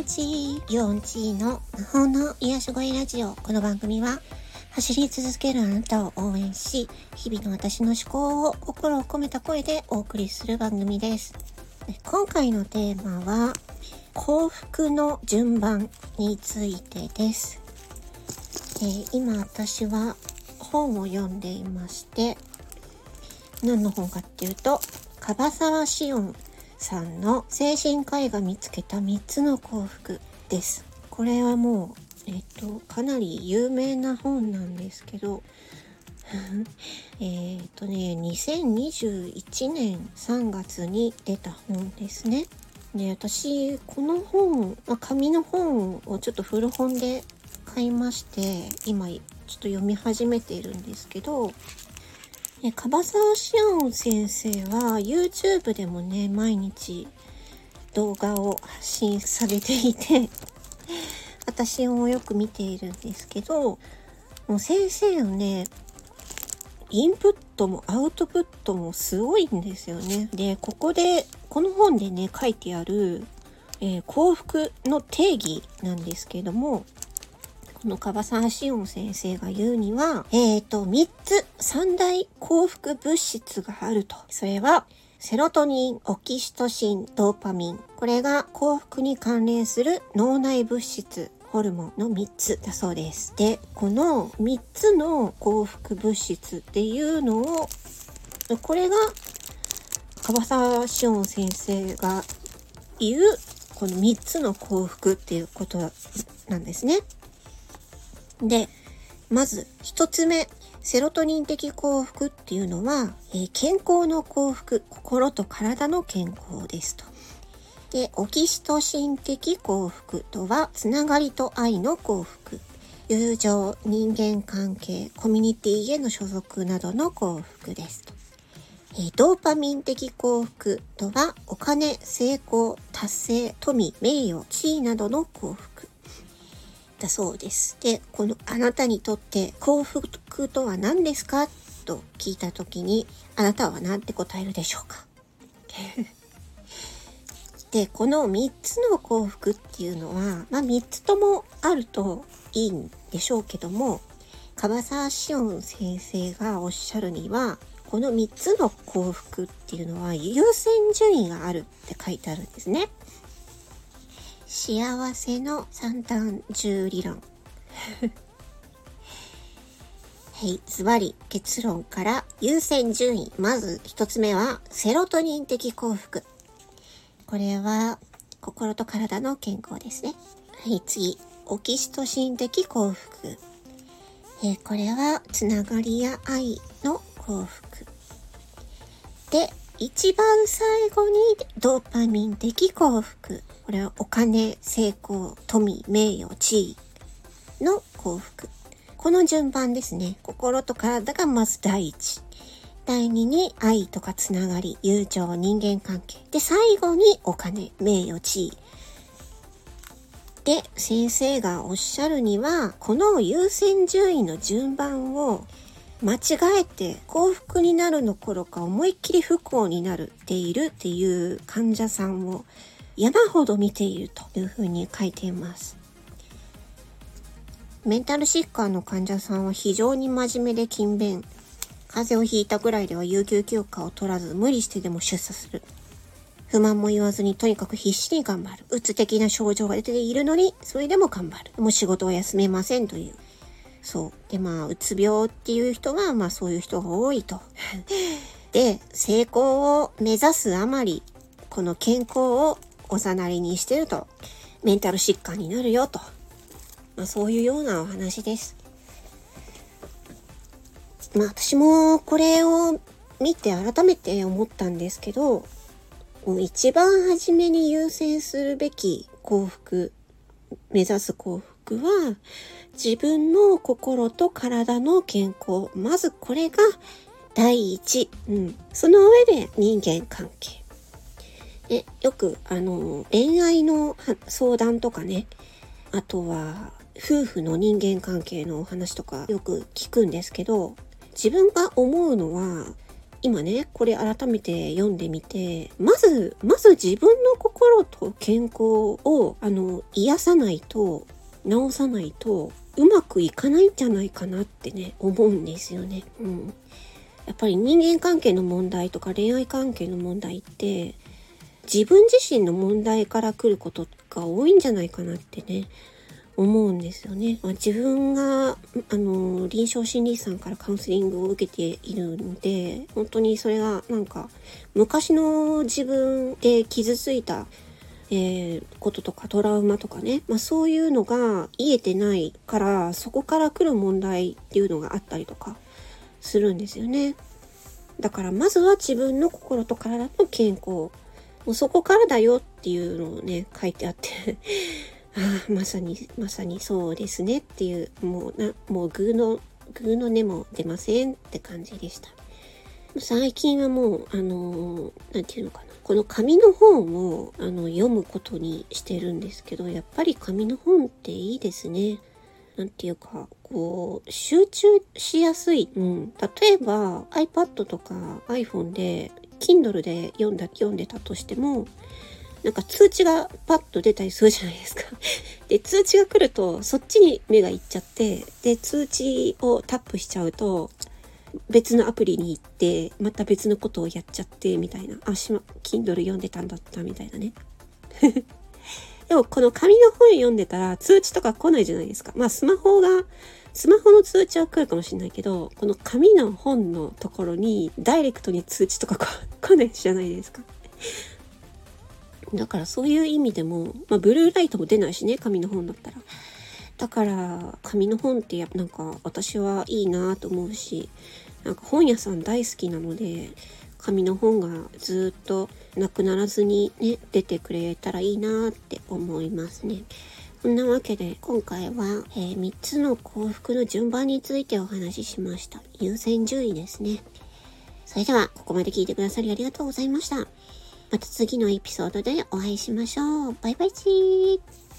ンチヨンチの魔法の癒し声ラジオ。この番組は走り続けるあなたを応援し、日々の私の思考を心を込めた声でお送りする番組です。今回のテーマは幸福の順番についてです。今私は本を読んでいまして、何の本かっていうと、樺沢紫音さんの精神科医が見つけた3つの幸福です。これはもう、かなり有名な本なんですけど2021年3月に出た本ですね。で、私この本、紙の本をちょっと古本で買いまして、今ちょっと読み始めているんですけど、樺沢紫音先生は YouTube でもね、毎日動画を発信されていて私もよく見ているんですけど、もう先生のね、インプットもアウトプットもすごいんですよね。で、この本でね書いてある、幸福の定義なんですけれども、この樺沢紫音先生が言うには、3大幸福物質があると。それはセロトニン、オキシトシン、ドーパミン。これが幸福に関連する脳内物質、ホルモンの3つだそうです。で、この3つの幸福物質っていうのを、これが樺沢紫音先生が言うこの3つの幸福っていうことなんですね。で、まず一つ目、セロトニン的幸福っていうのは、健康の幸福、心と体の健康ですと。で、オキシトシン的幸福とは、つながりと愛の幸福、友情、人間関係、コミュニティへの所属などの幸福ですと。ドーパミン的幸福とは、お金、成功、達成、富、名誉、地位などの幸福だそうです。で、このあなたにとって幸福とは何ですかと聞いたときに、あなたは何て答えるでしょうかで、この3つの幸福っていうのは、3つともあるといいんでしょうけども、樺沢紫音先生がおっしゃるには、この3つの幸福っていうのは優先順位があるって書いてあるんですね。幸せの三段重理論はい、ズバリ結論から優先順位。まず一つ目はセロトニン的幸福。これは心と体の健康ですね。はい、次、オキシトシン的幸福。これはつながりや愛の幸福で、一番最後にドーパミン的幸福。これはお金、成功、富、名誉、地位の幸福。この順番ですね。心と体がまず第一。第二に愛とかつながり、友情、人間関係。で、最後にお金、名誉、地位。で、先生がおっしゃるには、この優先順位の順番を間違えて幸福になるの頃か思いっきり不幸になっているっていう患者さんを山ほど見ているというふうに書いています。メンタル疾患の患者さんは非常に真面目で勤勉。風邪をひいたぐらいでは有給休暇を取らず無理してでも出社する。不満も言わずにとにかく必死に頑張る。うつ的な症状が出ているのにそれでも頑張る。もう仕事は休めませんという。そう。で、うつ病っていう人が、そういう人が多いと。で、成功を目指すあまり、この健康をおざなりにしてると、メンタル疾患になるよと。そういうようなお話です。私もこれを見て改めて思ったんですけど、一番初めに優先するべき幸福、目指す幸福は、自分の心と体の健康。まずこれが第一。その上で人間関係。で、よく恋愛の相談とかね、あとは夫婦の人間関係のお話とかよく聞くんですけど、自分が思うのは、 今ね、これ改めて読んでみて、まず自分の心と健康を、癒さないと、治さないと、うまくいかないんじゃないかなってね、思うんですよね。やっぱり人間関係の問題とか恋愛関係の問題って、自分自身の問題から来ることが多いんじゃないかなってね、思うんですよね。自分が臨床心理士さんからカウンセリングを受けているんで、本当にそれがなんか昔の自分で傷ついた、こととかトラウマとかね、そういうのが癒えてないから、そこから来る問題っていうのがあったりとかするんですよね。だからまずは自分の心と体の健康、もうそこからだよっていうのをね書いてあってまさにそうですねっていう、もうグーの音も出ませんって感じでした。最近はもうなんていうのかな、この紙の本を読むことにしてるんですけど、やっぱり紙の本っていいですね。なんていうか、こう集中しやすい。例えば iPad とか iPhone で Kindle で読んでたとしても、なんか通知がパッと出たりするじゃないですか。で、通知が来るとそっちに目がいっちゃって、で、通知をタップしちゃうと別のアプリに行って、また別のことをやっちゃってみたいな。Kindle 読んでたんだったみたいなね。でもこの紙の本読んでたら通知とか来ないじゃないですか。スマホの通知は来るかもしれないけど、この紙の本のところにダイレクトに通知とか来ないじゃないですか。だからそういう意味でも、ブルーライトも出ないしね、紙の本だったら。だから紙の本ってなんか私はいいなと思うし、なんか本屋さん大好きなので、紙の本がずっとなくならずにね、出てくれたらいいなって思いますね。そんなわけで今回は、3つの幸福の順番についてお話ししました。優先順位ですね。それではここまで聞いてくださりありがとうございました。また次のエピソードでお会いしましょう。バイバイチー。